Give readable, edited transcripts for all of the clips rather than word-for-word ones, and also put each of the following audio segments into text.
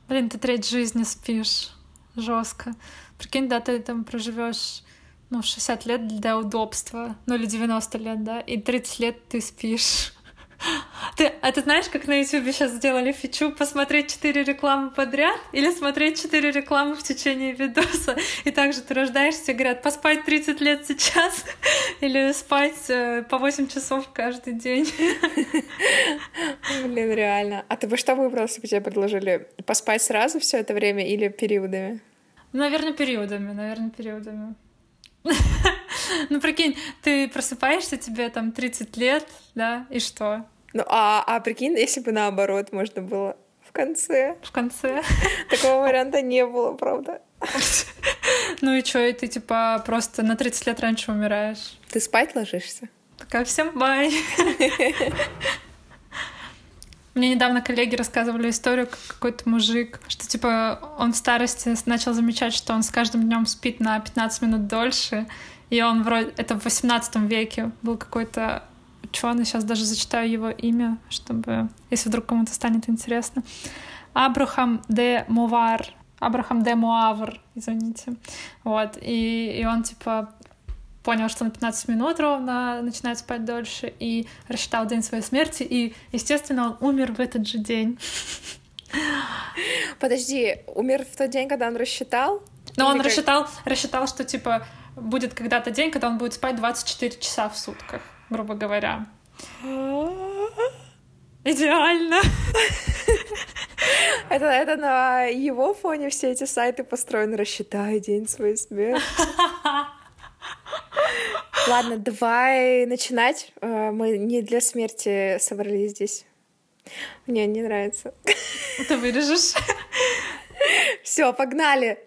Блин, ты треть жизни спишь. Жестко. Прикинь, да, ты там проживешь 60 лет для удобства, или 90 лет, да, и 30 лет ты спишь. Ты знаешь, как на YouTube сейчас сделали фичу посмотреть 4 рекламы подряд или смотреть 4 рекламы в течение видоса? И также ты рождаешься, говорят, поспать 30 лет сейчас или спать по 8 часов каждый день. Блин, реально. А ты бы что выбрал, если бы тебе предложили поспать сразу все это время или периодами? Наверное, периодами. Ну, прикинь, ты просыпаешься, тебе там 30 лет, да, и что? А прикинь, если бы наоборот можно было в конце. В конце? Такого варианта не было, правда. Ну и чё, и ты типа просто на 30 лет раньше умираешь? Ты спать ложишься? Такая, всем бай. Мне недавно коллеги рассказывали историю, как какой-то мужик, что типа он в старости начал замечать, что он с каждым днем спит на 15 минут дольше, и он вроде... Это в 18 веке был какой-то ученый, сейчас даже зачитаю его имя, чтобы... Если вдруг кому-то станет интересно. Абрахам де Муавр, извините. Вот. И он типа понял, что на 15 минут ровно начинает спать дольше, и рассчитал день своей смерти, и, естественно, он умер в этот же день. Подожди, умер в тот день, когда он рассчитал? Но он рассчитал, что, типа, будет когда-то день, когда он будет спать 24 часа в сутках, грубо говоря. Идеально! Это на его фоне все эти сайты построены. Рассчитай день своей смерти. Ладно, давай начинать. Мы не для смерти собрались здесь. Мне не нравится. Ты вырежешь. Все, погнали.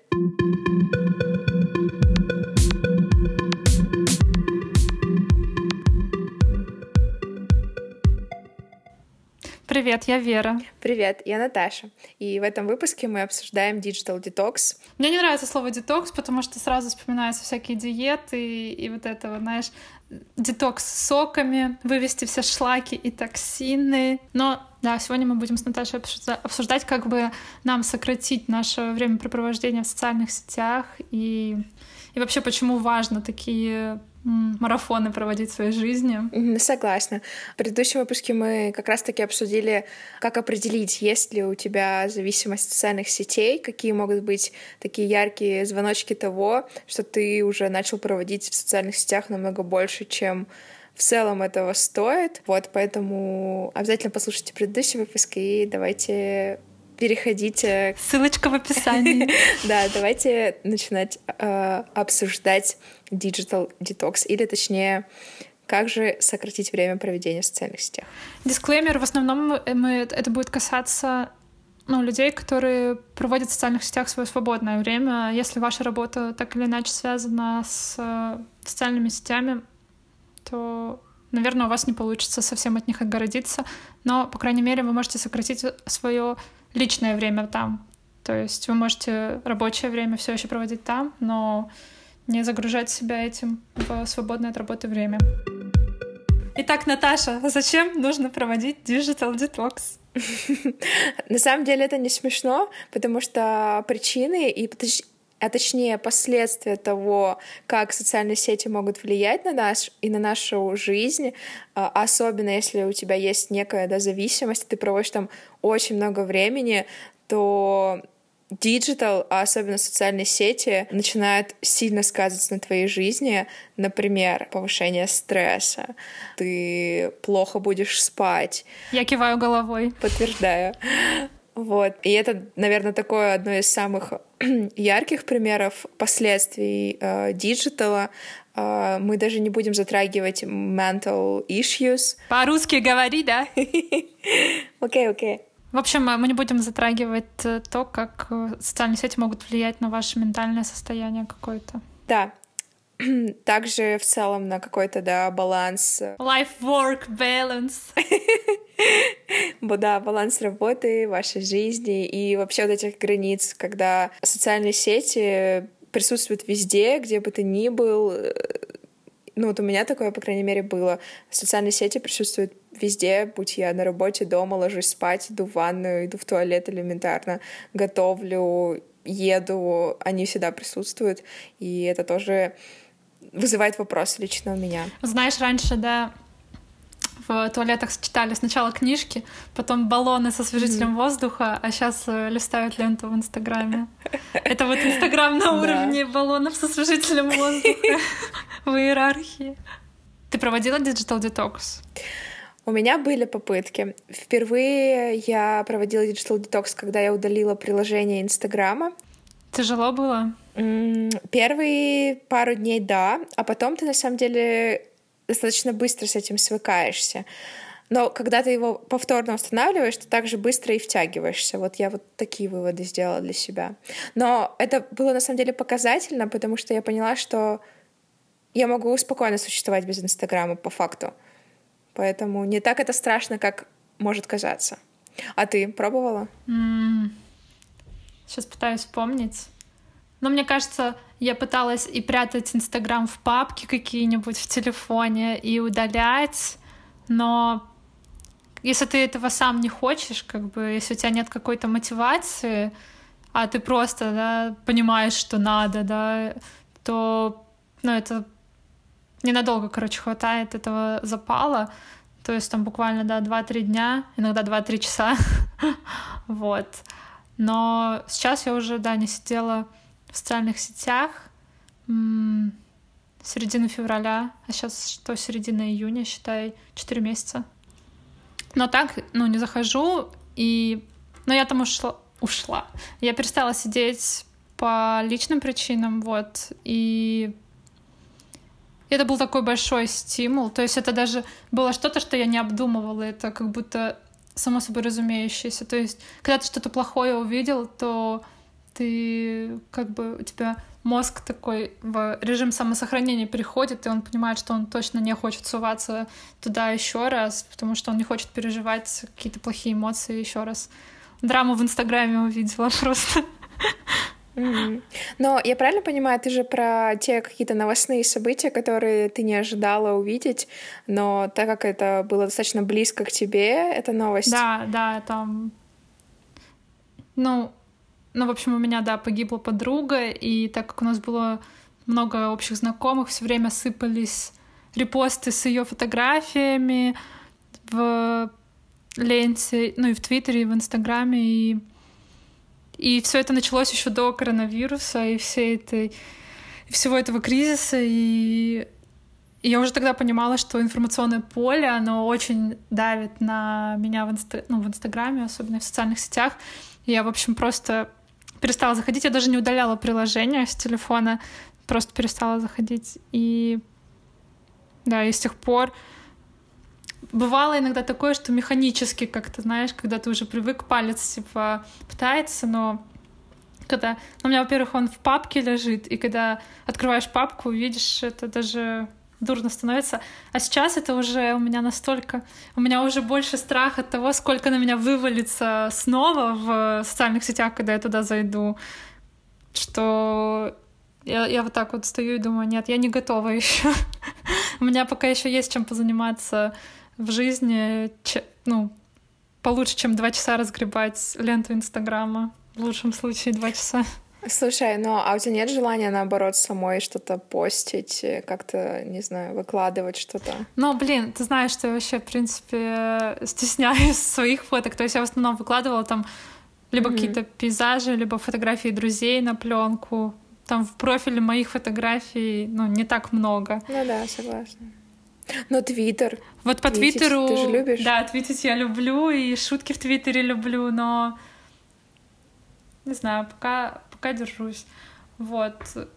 Привет, я Вера. Привет, я Наташа. И в этом выпуске мы обсуждаем Digital Detox. Мне не нравится слово «детокс», потому что сразу вспоминаются всякие диеты и вот это, вот, знаешь, детокс с соками, вывести все шлаки и токсины. Но да, сегодня мы будем с Наташей обсуждать, как бы нам сократить наше времяпрепровождение в социальных сетях и вообще, почему важно такие марафоны проводить в своей жизни. Согласна. В предыдущем выпуске мы как раз-таки обсудили, как определить, есть ли у тебя зависимость от социальных сетей, какие могут быть такие яркие звоночки того, что ты уже начал проводить в социальных сетях намного больше, чем в целом этого стоит. Вот, поэтому обязательно послушайте предыдущий выпуск и давайте переходите... Ссылочка в описании. Да, давайте начинать обсуждать Digital Detox, или точнее, как же сократить время проведения в социальных сетях. Дисклеймер, в основном это будет касаться людей, которые проводят в социальных сетях свое свободное время. Если ваша работа так или иначе связана с социальными сетями, то, наверное, у вас не получится совсем от них отгородиться, но, по крайней мере, вы можете сократить свое личное время там. То есть вы можете рабочее время все еще проводить там, но не загружать себя этим в свободное от работы время. Итак, Наташа, зачем нужно проводить Digital Detox? На самом деле это не смешно, потому что причины а точнее последствия того, как социальные сети могут влиять на нас и на нашу жизнь, особенно если у тебя есть некая зависимость, ты проводишь там очень много времени, то диджитал, а особенно социальные сети, начинают сильно сказываться на твоей жизни. Например, повышение стресса. Ты плохо будешь спать. Я киваю головой. Подтверждаю. Вот. И это, наверное, такое одно из самых ярких примеров последствий диджитала. Мы даже не будем затрагивать mental issues. По-русски говори, да? Окей. В общем, мы не будем затрагивать то, как социальные сети могут влиять на ваше ментальное состояние какое-то. Да. Также в целом на какой-то, баланс. Life-work balance. Да, баланс работы, вашей жизни и вообще вот этих границ, когда социальные сети присутствуют везде, где бы ты ни был. Вот у меня такое, по крайней мере, было. Социальные сети присутствуют везде, будь я на работе, дома, ложусь спать, иду в ванную, иду в туалет элементарно, готовлю, еду, они всегда присутствуют, и это тоже вызывает вопросы лично у меня. Знаешь, раньше, да, в туалетах читали сначала книжки, потом баллоны со освежителем воздуха, а сейчас листают ленту в Инстаграме. Это вот Инстаграм на уровне баллонов с освежителем воздуха в иерархии. Ты проводила Digital Detox? У меня были попытки. Впервые я проводила Digital Detox, когда я удалила приложение Инстаграма. Тяжело было? Первые пару дней, да, а потом ты на самом деле достаточно быстро с этим свыкаешься. Но когда ты его повторно устанавливаешь, ты также быстро и втягиваешься. Вот я вот такие выводы сделала для себя. Но это было на самом деле показательно, потому что я поняла, что я могу спокойно существовать без Инстаграма по факту. Поэтому не так это страшно, как может казаться. А ты пробовала? Сейчас пытаюсь вспомнить. Но мне кажется, я пыталась и прятать Инстаграм в папки какие-нибудь в телефоне, и удалять, но если ты этого сам не хочешь, как бы, если у тебя нет какой-то мотивации, а ты просто, да, понимаешь, что надо, да, то, ну, это ненадолго, короче, хватает этого запала, то есть там буквально, да, 2-3 дня, иногда 2-3 часа, вот. Но сейчас я уже, да, не сидела в социальных сетях середины февраля, а сейчас что, середина июня, считай, 4 месяца. Но так, ну, не захожу, но я там ушла. Я перестала сидеть по личным причинам, вот, и это был такой большой стимул, то есть это даже было что-то, что я не обдумывала, это как будто само собой разумеющееся, то есть когда ты что-то плохое увидел, то ты как бы, у тебя мозг такой в режим самосохранения переходит, и он понимает, что он точно не хочет суваться туда еще раз, потому что он не хочет переживать какие-то плохие эмоции еще раз. Драму в Инстаграме увидела просто. Но я правильно понимаю, ты же про те какие-то новостные события, которые ты не ожидала увидеть, но так как это было достаточно близко к тебе, эта новость... Да, там... Ну, в общем, у меня, да, погибла подруга, и так как у нас было много общих знакомых, все время сыпались репосты с ее фотографиями в ленте, ну и в Твиттере, и в Инстаграме, и все это началось еще до коронавируса и всего этого кризиса, и я уже тогда понимала, что информационное поле, оно очень давит на меня в Инстаграме, особенно в социальных сетях. И я, в общем, просто перестала заходить. Я даже не удаляла приложение с телефона, просто перестала заходить. И да, и с тех пор бывало иногда такое, что механически как-то, знаешь, когда ты уже привык, палец типа пытается, но когда... У меня, во-первых, он в папке лежит, и когда открываешь папку, видишь, это даже дурно становится. А сейчас это уже у меня настолько... У меня уже больше страх от того, сколько на меня вывалится снова в социальных сетях, когда я туда зайду, что я вот так вот стою и думаю, нет, я не готова еще. У меня пока еще есть чем позаниматься в жизни, получше, чем 2 часа разгребать ленту Инстаграма. В лучшем случае 2 часа. Слушай, а у тебя нет желания, наоборот, самой что-то постить, как-то, не знаю, выкладывать что-то? Ну, блин, ты знаешь, что я вообще, в принципе, стесняюсь своих фоток. То есть я в основном выкладывала там либо какие-то пейзажи, либо фотографии друзей на пленку. Там в профиле моих фотографий, не так много. Ну да, согласна. Но Твиттер. Вот по Твиттеру... Ты же любишь? Да, твитить я люблю, и шутки в Твиттере люблю, но... Не знаю, пока держусь. Вот.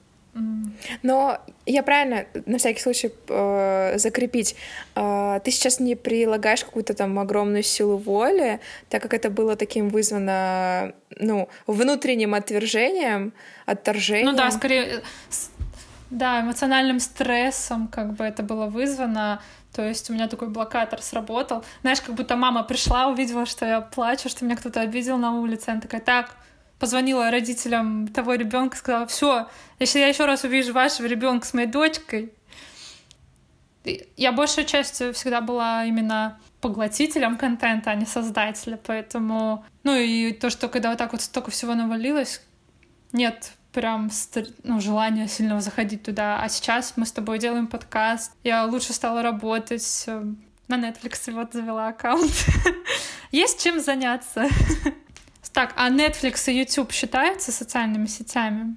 Но я правильно, на всякий случай, закрепить. Ты сейчас не прилагаешь какую-то там огромную силу воли, так как это было таким вызвано, внутренним отторжением. Ну да, скорее, да, эмоциональным стрессом как бы это было вызвано. То есть у меня такой блокатор сработал. Знаешь, как будто мама пришла, увидела, что я плачу, что меня кто-то обидел на улице. Она такая, так, позвонила родителям того ребенка, сказала, все, если я еще раз увижу вашего ребенка с моей дочкой, Я большей частью всегда была именно поглотителем контента, а не создателем, поэтому... Ну и то, что когда вот так вот столько всего навалилось, нет прям желания сильного заходить туда. А сейчас мы с тобой делаем подкаст, я лучше стала работать, на Netflix вот завела аккаунт. Есть чем заняться. Так, а Netflix и YouTube считаются социальными сетями?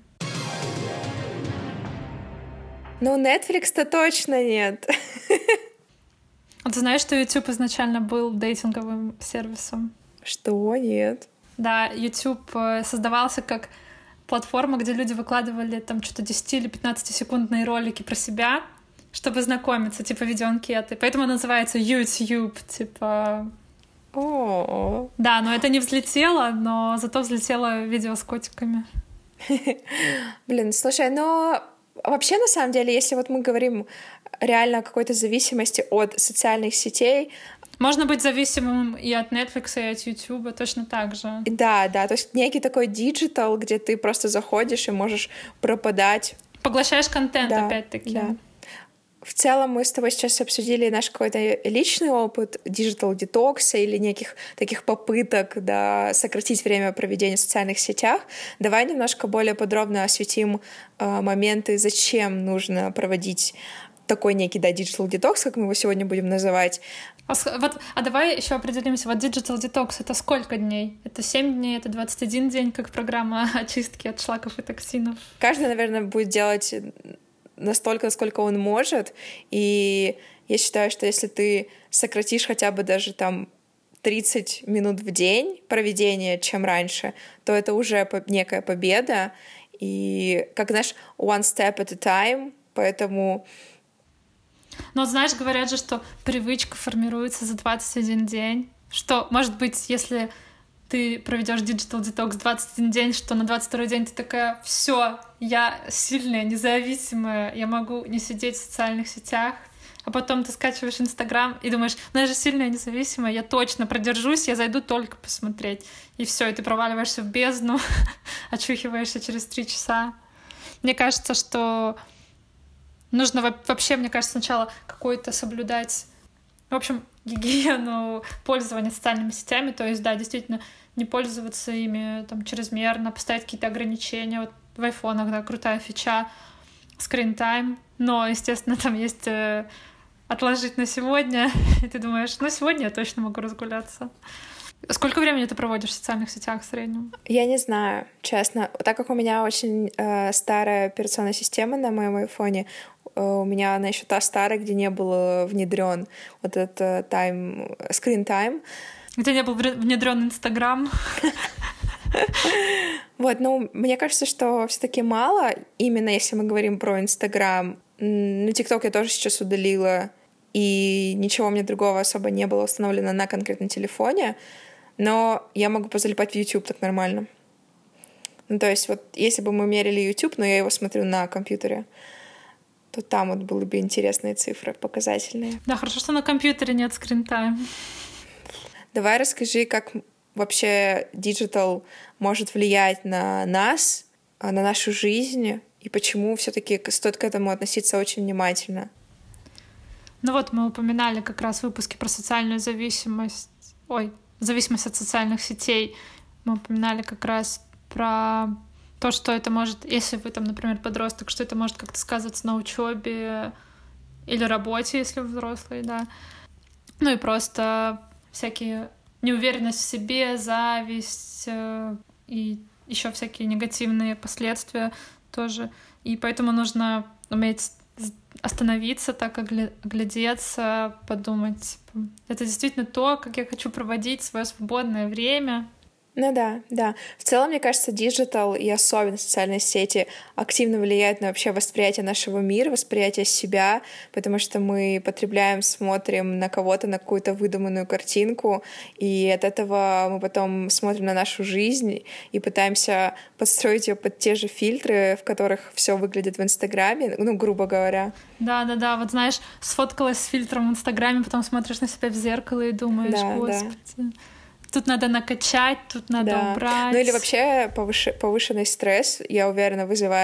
Ну, Netflix-то точно нет. А ты знаешь, что YouTube изначально был дейтинговым сервисом? Что? Нет. Да, YouTube создавался как платформа, где люди выкладывали там что-то 10 или 15-секундные ролики про себя, чтобы знакомиться, типа видеоанкеты. Поэтому называется YouTube, типа... О. Да, но это не взлетело, но зато взлетело видео с котиками. Блин, слушай, но вообще, на самом деле, если вот мы говорим реально о какой-то зависимости от социальных сетей... Можно быть зависимым и от Netflix, и от YouTube, точно так же. Да, то есть некий такой диджитал, где ты просто заходишь и можешь пропадать. Поглощаешь контент, да, опять-таки. Да. В целом мы с тобой сейчас обсудили наш какой-то личный опыт диджитал-детокса или неких таких попыток, да, сократить время проведения в социальных сетях. Давай немножко более подробно осветим моменты, зачем нужно проводить такой некий, да, диджитал-детокс, как мы его сегодня будем называть. А давай еще определимся. Вот Digital Detox — это сколько дней? Это 7 дней, это 21 день, как программа очистки от шлаков и токсинов? Каждый, наверное, будет делать настолько, насколько он может. И я считаю, что если ты сократишь хотя бы даже там 30 минут в день проведения, чем раньше, то это уже некая победа. И, как, знаешь, one step at a time. Поэтому... Но, знаешь, говорят же, что привычка формируется за 21 день. Что, может быть, если ты проведешь Digital Detox 21 день, что на 22 день ты такая: все, я сильная, независимая, я могу не сидеть в социальных сетях. А потом ты скачиваешь Инстаграм и думаешь: ну я же сильная, независимая, я точно продержусь, я зайду только посмотреть. И все, и ты проваливаешься в бездну, очухиваешься через 3 часа. Мне кажется, что нужно вообще, мне кажется, сначала какой-то соблюдать, в общем, гигиену пользования социальными сетями, то есть, да, действительно, не пользоваться ими там чрезмерно, поставить какие-то ограничения. Вот в айфонах, да, крутая фича screen time, но, естественно, там есть отложить на сегодня, и ты думаешь: ну, сегодня я точно могу разгуляться. Сколько времени ты проводишь в социальных сетях в среднем? Я не знаю, честно. Так как у меня очень старая операционная система на моем айфоне, у меня она еще та старая, где не был внедрен вот этот screen time. Где не был внедрен Инстаграм. Вот, ну, мне кажется, что все-таки мало, именно если мы говорим про Инстаграм. Ну, ТикТок я тоже сейчас удалила, и ничего мне другого особо не было установлено на конкретном телефоне, но я могу позалипать в YouTube так нормально. Ну, то есть вот если бы мы мерили YouTube, но я его смотрю на компьютере, то там вот были бы интересные цифры, показательные. Да, хорошо, что на компьютере нет скринтайм. Давай расскажи, как вообще диджитал может влиять на нас, на нашу жизнь, и почему все-таки стоит к этому относиться очень внимательно. Ну вот мы упоминали как раз в выпуске про социальную зависимость, зависимость от социальных сетей. Мы упоминали как раз про то, что это может, если вы там, например, подросток, что это может как-то сказываться на учебе или работе, если вы взрослый, да. Ну и просто всякие неуверенность в себе, зависть и еще всякие негативные последствия тоже. И поэтому нужно уметь остановиться, так оглядеться, подумать: это действительно то, как я хочу проводить свое свободное время. Ну да. В целом, мне кажется, диджитал и особенно социальные сети активно влияют на вообще восприятие нашего мира, восприятие себя, потому что мы потребляем, смотрим на кого-то, на какую-то выдуманную картинку, и от этого мы потом смотрим на нашу жизнь и пытаемся подстроить ее под те же фильтры, в которых все выглядит в Инстаграме, ну, грубо говоря. Да, вот знаешь, сфоткалась с фильтром в Инстаграме, потом смотришь на себя в зеркало и думаешь: господи. Да. Тут надо накачать, тут надо убрать. Ну или вообще повышенный стресс, я уверена, вызывает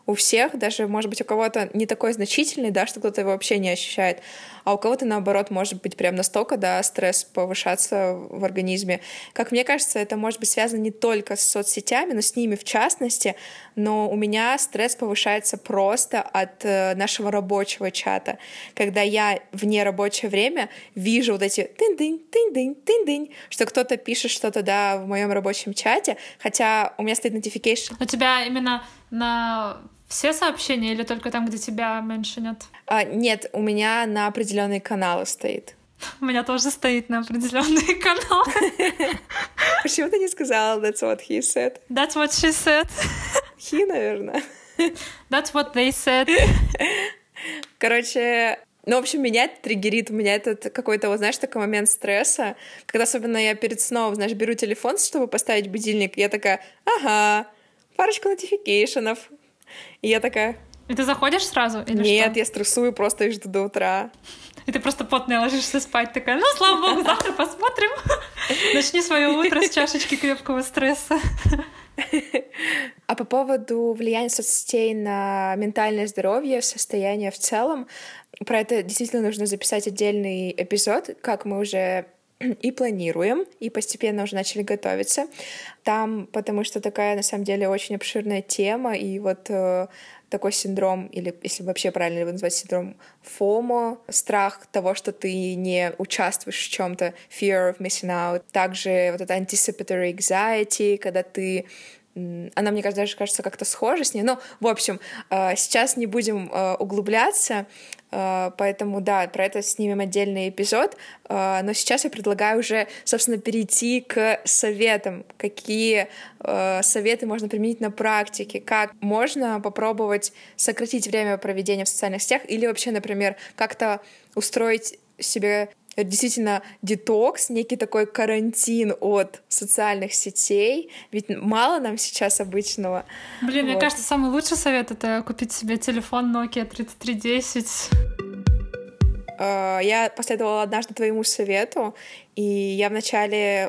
у всех, даже, может быть, у кого-то не такой значительный, да, что кто-то его вообще не ощущает, а у кого-то, наоборот, может быть прям настолько, да, стресс повышаться в организме. Как мне кажется, это может быть связано не только с соцсетями, но с ними в частности, но у меня стресс повышается просто от нашего рабочего чата. Когда я в нерабочее время вижу вот эти тын-дынь, тын-дынь, тын-дынь, что кто-то пишет что-то, да, в моем рабочем чате, хотя у меня стоит notification. У тебя именно на все сообщения или только там, где тебя меньше нет? Нет, у меня на определенные каналы стоит. У меня тоже стоит на определенные каналы. Почему ты не сказала that's what he said? That's what she said. He, наверное. That's what they said. Короче, ну, в общем, меня это триггерит, у меня этот какой-то, вот, знаешь, такой момент стресса, когда особенно я перед сном, знаешь, беру телефон, чтобы поставить будильник, и я такая, ага, парочку нотификейшенов. И я такая... И ты заходишь сразу или Нет, что? я стрессую просто и жду до утра. И ты просто потная ложишься спать, такая, ну, слава богу, завтра посмотрим. Начни свое утро с чашечки крепкого стресса. А по поводу влияния соцсетей на ментальное здоровье, состояние в целом, про это действительно нужно записать отдельный эпизод, как мы уже и планируем, и постепенно уже начали готовиться. Там, потому что такая, на самом деле, очень обширная тема, и вот такой синдром, или если вообще правильно его назвать, синдром FOMO, страх того, что ты не участвуешь в чем-то, fear of missing out. Также вот это anticipatory anxiety, когда ты... Она, мне кажется, даже кажется как-то схожа с ней. Но, в общем, сейчас не будем углубляться, поэтому, да, про это снимем отдельный эпизод. Но сейчас я предлагаю уже, собственно, перейти к советам. Какие советы можно применить на практике? Как можно попробовать сократить время проведения в социальных сетях? Или вообще, например, как-то устроить себе действительно детокс, некий такой карантин от социальных сетей, ведь мало нам сейчас обычного. Блин, мне кажется, самый лучший совет — это купить себе телефон Nokia 3310. Я последовала однажды твоему совету, и я вначале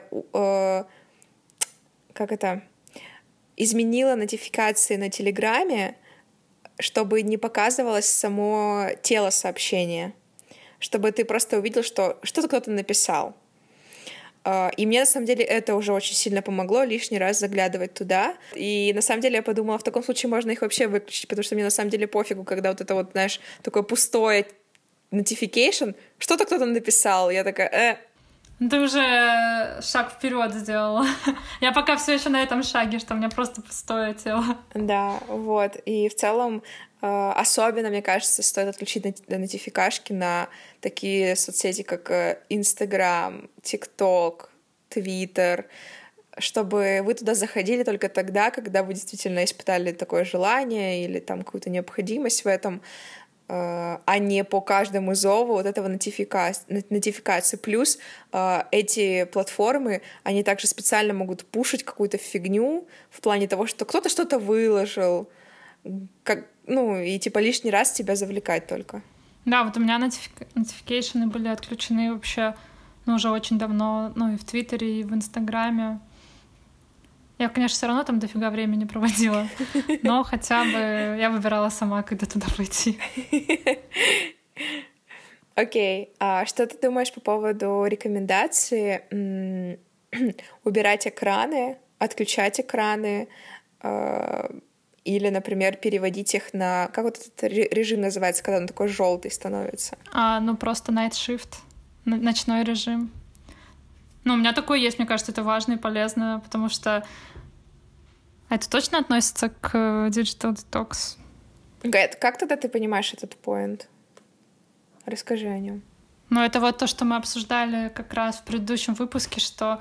изменила нотификации на Телеграме, чтобы не показывалось само тело сообщения, чтобы ты просто увидел, что что-то кто-то написал. И мне, на самом деле, это уже очень сильно помогло лишний раз заглядывать туда. И, на самом деле, я подумала, в таком случае можно их вообще выключить, потому что мне, на самом деле, пофигу, когда вот это вот, знаешь, такое пустое notification, что-то кто-то написал. Я такая, Ты уже шаг вперед сделала. Я пока все еще на этом шаге, что у меня просто пустое тело. Да, вот. И в целом особенно, мне кажется, стоит отключить нотификашки на такие соцсети, как Instagram, TikTok, Twitter, чтобы вы туда заходили только тогда, когда вы действительно испытали такое желание или там какую-то необходимость в этом, а не по каждому зову вот этого нотификации. Плюс эти платформы, они также специально могут пушить какую-то фигню в плане того, что кто-то что-то выложил, и типа лишний раз тебя завлекать только. Да, вот у меня нотификейшены были отключены вообще, уже очень давно, и в Твиттере, и в Инстаграме. Я, конечно, все равно там дофига времени проводила, но хотя бы я выбирала сама, когда туда пойти. Окей, а что ты думаешь по поводу рекомендации убирать экраны, отключать экраны, или, например, переводить их на... Как вот этот режим называется, когда он такой желтый становится? Просто night shift, ночной режим. У меня такое есть, мне кажется, это важно и полезно, потому что это точно относится к Digital Detox. Гэт, как тогда ты понимаешь этот поинт? Расскажи о нем. Это вот то, что мы обсуждали как раз в предыдущем выпуске, что,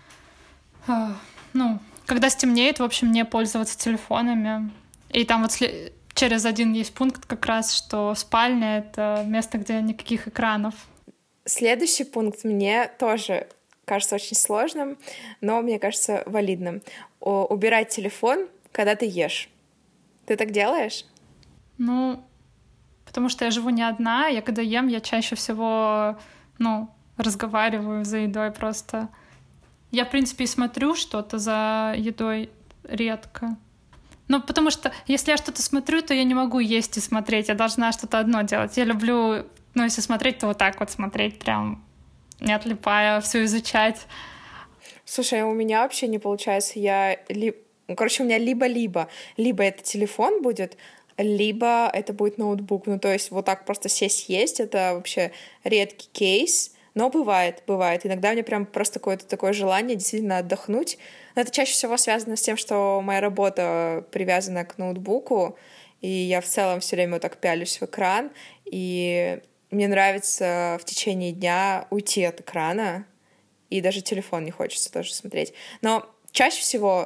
когда стемнеет, в общем, не пользоваться телефонами. И там вот через один есть пункт как раз, что спальня — это место, где никаких экранов. Следующий пункт мне тоже кажется очень сложным, но, мне кажется, валидным. Убирать телефон, когда ты ешь. Ты так делаешь? Потому что я живу не одна. Я когда ем, я чаще всего, разговариваю за едой просто. Я, в принципе, и смотрю что-то за едой редко. Ну, потому что если я что-то смотрю, то я не могу есть и смотреть. Я должна что-то одно делать. Я люблю, ну, если смотреть, то вот так вот смотреть, прям не отлипая, все изучать. Слушай, у меня вообще не получается. Короче, у меня либо это телефон будет, либо это будет ноутбук. Ну, то есть вот так просто сесть есть, это вообще редкий кейс. Но бывает. Иногда у меня прям просто какое-то такое желание действительно отдохнуть. Но это чаще всего связано с тем, что моя работа привязана к ноутбуку, и я в целом все время вот так пялюсь в экран, и мне нравится в течение дня уйти от экрана, и даже телефон не хочется тоже смотреть. Но чаще всего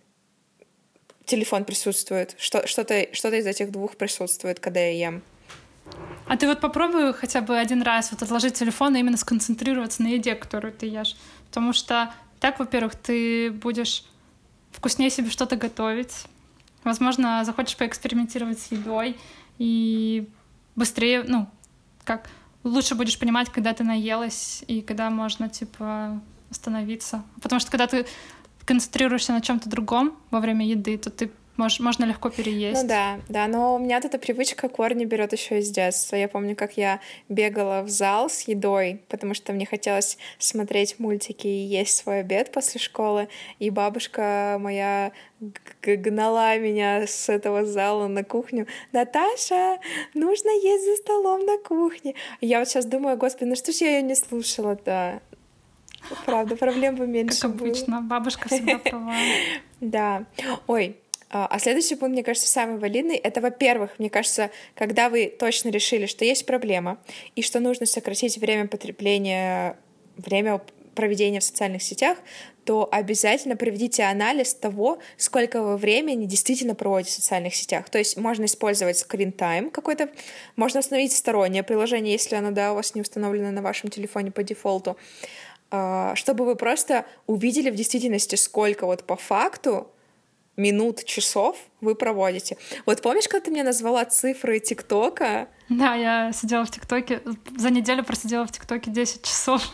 телефон присутствует, что-то из этих двух присутствует, когда я ем. А ты вот попробуй хотя бы один раз вот отложить телефон и именно сконцентрироваться на еде, которую ты ешь. Потому что так, во-первых, ты будешь вкуснее себе что-то готовить. Возможно, захочешь поэкспериментировать с едой и быстрее, ну, как лучше будешь понимать, когда ты наелась и когда можно, типа, остановиться. Потому что когда ты концентрируешься на чем-то другом во время еды, то ты можно легко переесть. Ну да, но у меня эта привычка корни берет еще из детства. Я помню, как я бегала в зал с едой, потому что мне хотелось смотреть мультики и есть свой обед после школы, и бабушка моя гнала меня с этого зала на кухню. Наташа, нужно есть за столом на кухне. Я вот сейчас думаю, господи, ну что ж я ее не слушала-то? Правда, проблем бы меньше как обычно, было. бабушка всегда права. Да. Ой, а следующий пункт, мне кажется, самый валидный. Это, во-первых, мне кажется, когда вы точно решили, что есть проблема, и что нужно сократить время потребления, время проведения в социальных сетях, то обязательно проведите анализ того, сколько вы времени действительно проводите в социальных сетях. То есть можно использовать screen time какой-то, можно установить стороннее приложение, если оно, да, у вас не установлено на вашем телефоне по дефолту, чтобы вы просто увидели в действительности, сколько вот по факту минут, часов вы проводите. Вот помнишь, когда ты мне назвала цифры ТикТока? Да, я сидела в ТикТоке, за неделю просидела в ТикТоке 10 часов.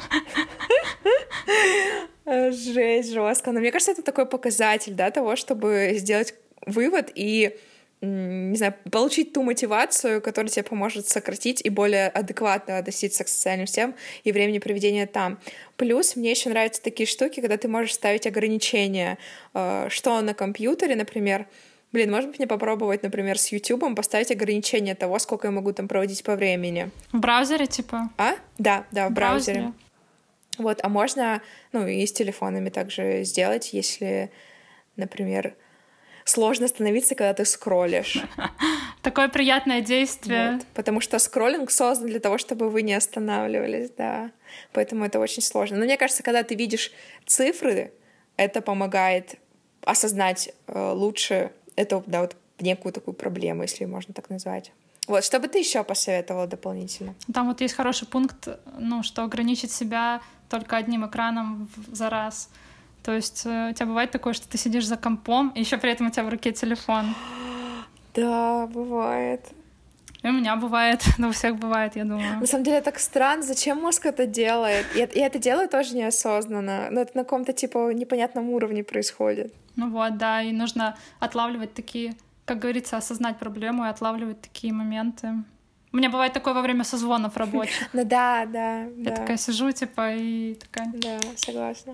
Жесть, жестко. Но мне кажется, это такой показатель, да, того, чтобы сделать вывод и, не знаю, получить ту мотивацию, которая тебе поможет сократить и более адекватно относиться к социальным сетям и времени проведения там. Плюс мне еще нравятся такие штуки, когда ты можешь ставить ограничения, что на компьютере, например. Может быть, мне попробовать, например, с Ютубом поставить ограничение того, сколько я могу там проводить по времени. В браузере, типа? Да, в браузере. Вот, а можно, и с телефонами также сделать, если, например, сложно остановиться, когда ты скроллишь. Такое приятное действие. Вот. Потому что скроллинг создан для того, чтобы вы не останавливались, да. Поэтому это очень сложно. Но мне кажется, когда ты видишь цифры, это помогает осознать лучше эту, да, вот некую такую проблему, если можно так назвать. Вот, что бы ты еще посоветовала дополнительно? Там вот есть хороший пункт, что ограничить себя только одним экраном за раз. То есть у тебя бывает такое, что ты сидишь за компом, и еще при этом у тебя в руке телефон. Да, бывает. И у меня бывает, у всех бывает, я думаю. На самом деле так странно, зачем мозг это делает? И это делает тоже неосознанно, но это на каком-то типа непонятном уровне происходит. Да, и нужно отлавливать такие, как говорится, осознать проблему и отлавливать такие моменты. У меня бывает такое во время созвонов рабочих. Да. Я такая сижу, и такая... Да, согласна.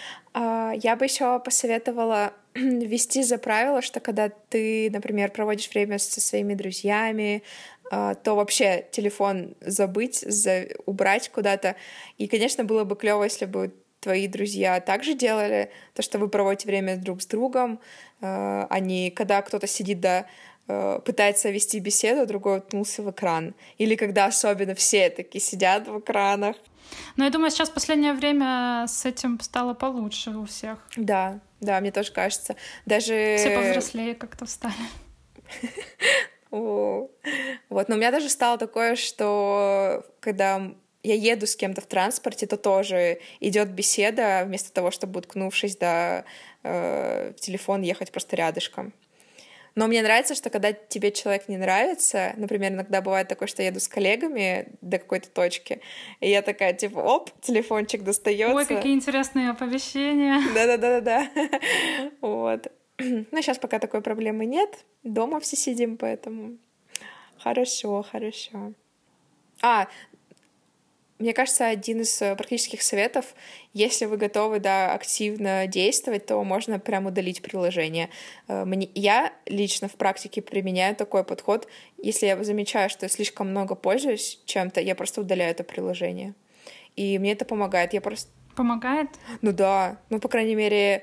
Я бы еще посоветовала ввести за правило, что когда ты, например, проводишь время со своими друзьями, то вообще телефон забыть, убрать куда-то. И, конечно, было бы клево, если бы твои друзья также делали, то, что вы проводите время друг с другом, а не когда кто-то сидит, пытается вести беседу, другой уткнулся в экран. Или когда особенно все таки сидят в экранах. Я думаю, сейчас в последнее время с этим стало получше у всех. Да, мне тоже кажется. Даже... Все повзрослее как-то стали. Вот. Но у меня даже стало такое, что когда я еду с кем-то в транспорте, то тоже идет беседа, вместо того, чтобы, уткнувшись в телефон, ехать просто рядышком. Но мне нравится, что когда тебе человек не нравится, например, иногда бывает такое, что я еду с коллегами до какой-то точки, и я такая, типа, оп, телефончик достается. Ой, какие интересные оповещения. Да. Вот. Ну, сейчас пока такой проблемы нет. Дома все сидим, поэтому хорошо. Мне кажется, один из практических советов, если вы готовы, да, активно действовать, то можно прям удалить приложение. Я лично в практике применяю такой подход. Если я замечаю, что я слишком много пользуюсь чем-то, я просто удаляю это приложение. И мне это помогает. Помогает? Ну да. Ну, по крайней мере,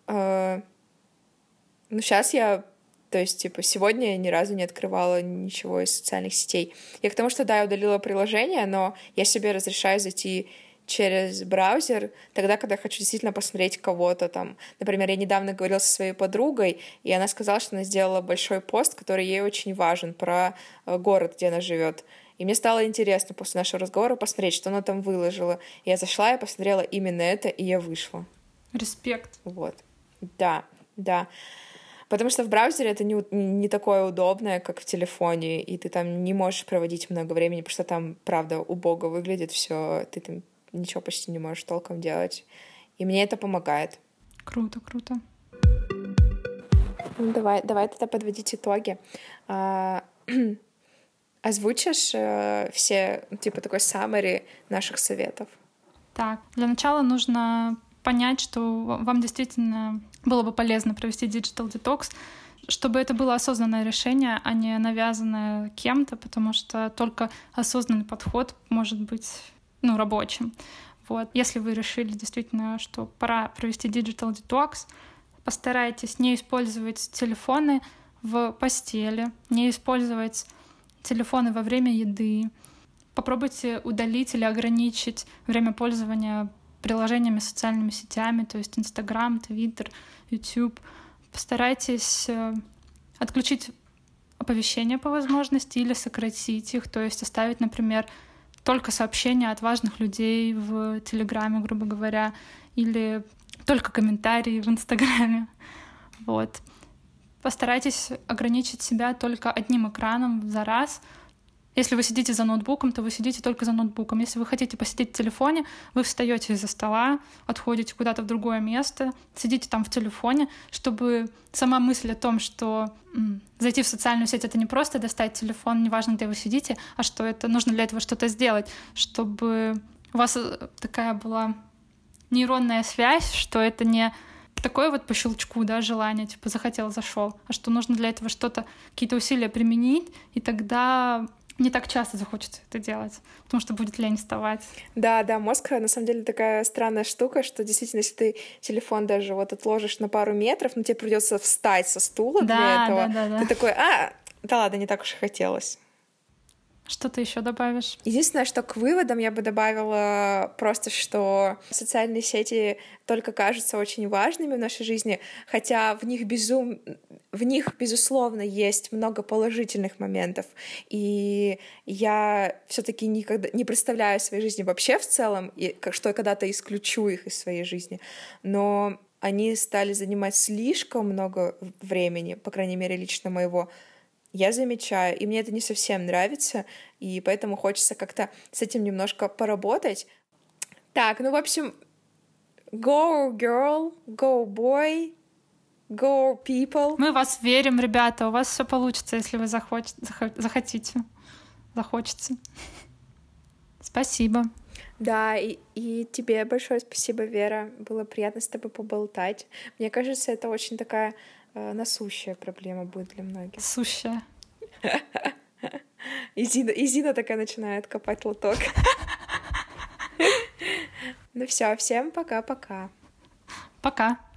сейчас то есть, типа, сегодня я ни разу не открывала ничего из социальных сетей. Я к тому, что, да, я удалила приложение, но я себе разрешаю зайти через браузер тогда, когда я хочу действительно посмотреть кого-то там. Например, я недавно говорила со своей подругой, и она сказала, что она сделала большой пост, который ей очень важен, про город, где она живет. И мне стало интересно после нашего разговора посмотреть, что она там выложила. Я зашла, я посмотрела именно это, и я вышла. Респект. Вот. Да. Потому что в браузере это не такое удобное, как в телефоне, и ты там не можешь проводить много времени, потому что там, правда, убого выглядит все, ты там ничего почти не можешь толком делать. И мне это помогает. Круто. Ну, давай тогда подводить итоги. Озвучишь все, типа, такой summary наших советов? Так, для начала нужно понять, что вам действительно было бы полезно провести digital detox, чтобы это было осознанное решение, а не навязанное кем-то, потому что только осознанный подход может быть, рабочим. Вот. Если вы решили действительно, что пора провести digital detox, постарайтесь не использовать телефоны в постели, не использовать телефоны во время еды. Попробуйте удалить или ограничить время пользования приложениями, социальными сетями, то есть Инстаграм, Твиттер, YouTube. Постарайтесь отключить оповещения по возможности или сократить их, то есть оставить, например, только сообщения от важных людей в Телеграме, грубо говоря, или только комментарии в Инстаграме. Вот. Постарайтесь ограничить себя только одним экраном за раз. Если вы сидите за ноутбуком, то вы сидите только за ноутбуком. Если вы хотите посидеть в телефоне, вы встаете из-за стола, отходите куда-то в другое место, сидите там в телефоне, чтобы сама мысль о том, что зайти в социальную сеть — это не просто достать телефон, неважно, где вы сидите, а что это нужно для этого что-то сделать, чтобы у вас такая была нейронная связь, что это не такое вот по щелчку, да, желание, типа захотел, зашел, а что нужно для этого что-то, какие-то усилия применить, и тогда не так часто захочется это делать, потому что будет лень вставать. Да, мозг на самом деле такая странная штука, что действительно, если ты телефон даже вот отложишь на пару метров, тебе придется встать со стула для этого. Да. Ты такой, да ладно, не так уж и хотелось. Что ты еще добавишь? Единственное, что к выводам я бы добавила просто, что социальные сети только кажутся очень важными в нашей жизни, хотя в них, безусловно, есть много положительных моментов. И я все-таки никогда не представляю своей жизни вообще в целом, что я когда-то исключу их из своей жизни. Но они стали занимать слишком много времени, по крайней мере, лично моего. Я замечаю, и мне это не совсем нравится, и поэтому хочется как-то с этим немножко поработать. Так, в общем, go girl, go boy, go people. Мы в вас верим, ребята, у вас все получится, если вы захотите. Захочется. Спасибо. Да, и тебе большое спасибо, Вера. Было приятно с тобой поболтать. Мне кажется, это очень такая насущая проблема будет для многих. Сущая. И Зина такая начинает копать лоток. Ну все, всем пока-пока. Пока.